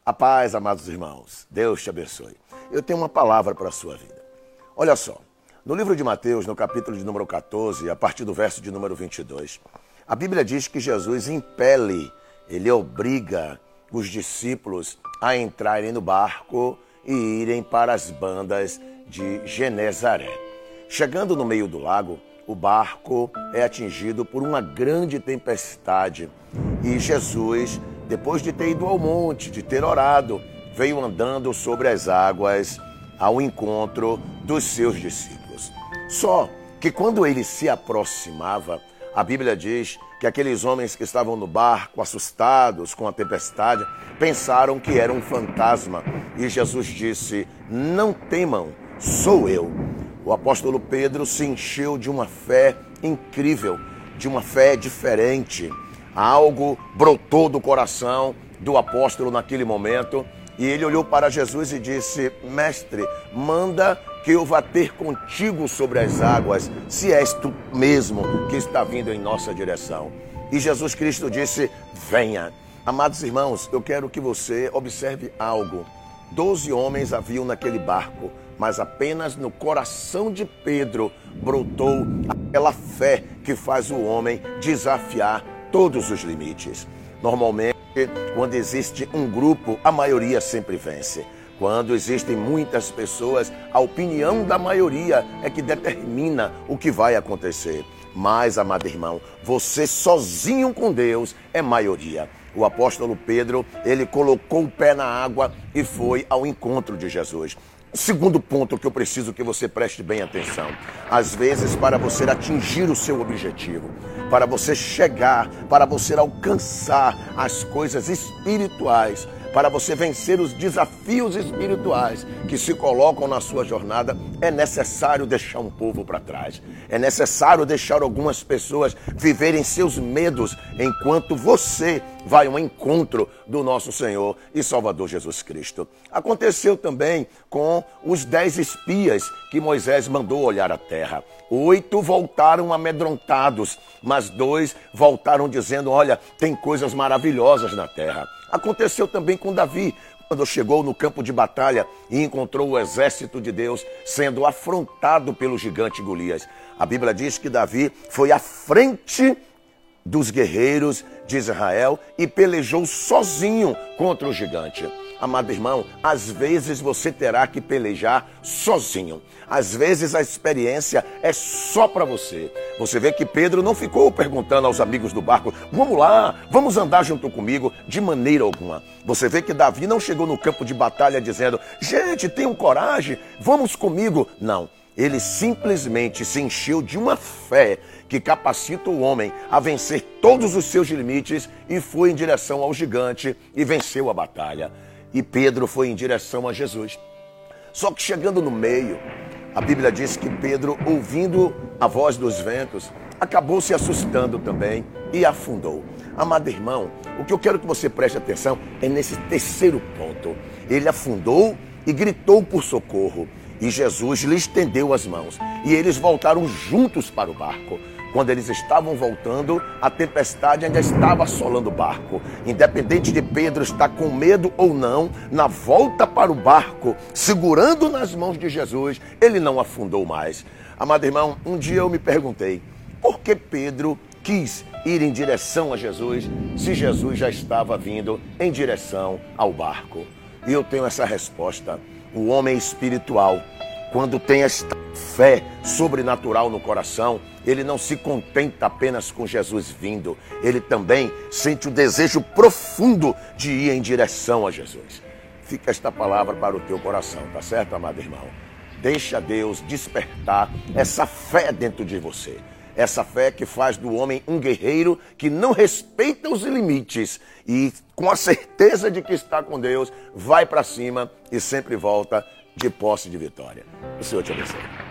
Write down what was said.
A paz, amados irmãos. Deus te abençoe. Eu tenho uma palavra para a sua vida. Olha só, no livro de Mateus, no capítulo de número 14, a partir do verso de número 22, a Bíblia diz que Jesus impele, ele obriga os discípulos a entrarem no barco e irem para as bandas de Genezaré. Chegando no meio do lago, o barco é atingido por uma grande tempestade e Jesus, depois de ter ido ao monte, de ter orado, veio andando sobre as águas ao encontro dos seus discípulos. Só que quando ele se aproximava, a Bíblia diz que aqueles homens que estavam no barco, assustados com a tempestade, pensaram que era um fantasma. E Jesus disse: "Não temam, sou eu." O apóstolo Pedro se encheu de uma fé incrível, de uma fé diferente. Algo brotou do coração do apóstolo naquele momento e ele olhou para Jesus e disse: "Mestre, manda que eu vá ter contigo sobre as águas, se és tu mesmo que está vindo em nossa direção." E Jesus Cristo disse: "Venha." Amados irmãos, eu quero que você observe algo. 12 homens haviam naquele barco, mas apenas no coração de Pedro brotou aquela fé que faz o homem desafiar todos os limites. Normalmente, quando existe um grupo, a maioria sempre vence. Quando existem muitas pessoas, a opinião da maioria é que determina o que vai acontecer. Mas, amado irmão, você sozinho com Deus é maioria. O apóstolo Pedro, ele colocou o pé na água e foi ao encontro de Jesus. O segundo ponto que eu preciso que você preste bem atenção. Às vezes, para você atingir o seu objetivo, para você chegar, para você alcançar as coisas espirituais, para você vencer os desafios espirituais que se colocam na sua jornada, é necessário deixar um povo para trás. É necessário deixar algumas pessoas viverem seus medos enquanto você vai ao encontro do nosso Senhor e Salvador Jesus Cristo. Aconteceu também com os 10 espias que Moisés mandou olhar a terra. 8 voltaram amedrontados, mas 2 voltaram dizendo: "Olha, tem coisas maravilhosas na terra." Aconteceu também com Davi, quando chegou no campo de batalha e encontrou o exército de Deus sendo afrontado pelo gigante Golias. A Bíblia diz que Davi foi à frente dos guerreiros de Israel e pelejou sozinho contra o gigante. Amado irmão, às vezes você terá que pelejar sozinho. Às vezes a experiência é só para você. Você vê que Pedro não ficou perguntando aos amigos do barco: "Vamos lá, vamos andar junto comigo", de maneira alguma. Você vê que Davi não chegou no campo de batalha dizendo: "Gente, tenham coragem, vamos comigo." Não, ele simplesmente se encheu de uma fé que capacita o homem a vencer todos os seus limites e foi em direção ao gigante e venceu a batalha. E Pedro foi em direção a Jesus. Só que chegando no meio, a Bíblia diz que Pedro, ouvindo a voz dos ventos, acabou se assustando também e afundou. Amado irmão, o que eu quero que você preste atenção é nesse terceiro ponto. Ele afundou e gritou por socorro. E Jesus lhe estendeu as mãos. E eles voltaram juntos para o barco. Quando eles estavam voltando, a tempestade ainda estava assolando o barco. Independente de Pedro estar com medo ou não, na volta para o barco, segurando nas mãos de Jesus, ele não afundou mais. Amado irmão, um dia eu me perguntei: por que Pedro quis ir em direção a Jesus, se Jesus já estava vindo em direção ao barco? E eu tenho essa resposta. O homem espiritual, quando tem esta fé sobrenatural no coração, ele não se contenta apenas com Jesus vindo. Ele também sente o desejo profundo de ir em direção a Jesus. Fica esta palavra para o teu coração, tá certo, amado irmão? Deixa Deus despertar essa fé dentro de você. Essa fé que faz do homem um guerreiro que não respeita os limites e, com a certeza de que está com Deus, vai para cima e sempre volta de posse de vitória. O Senhor te abençoe.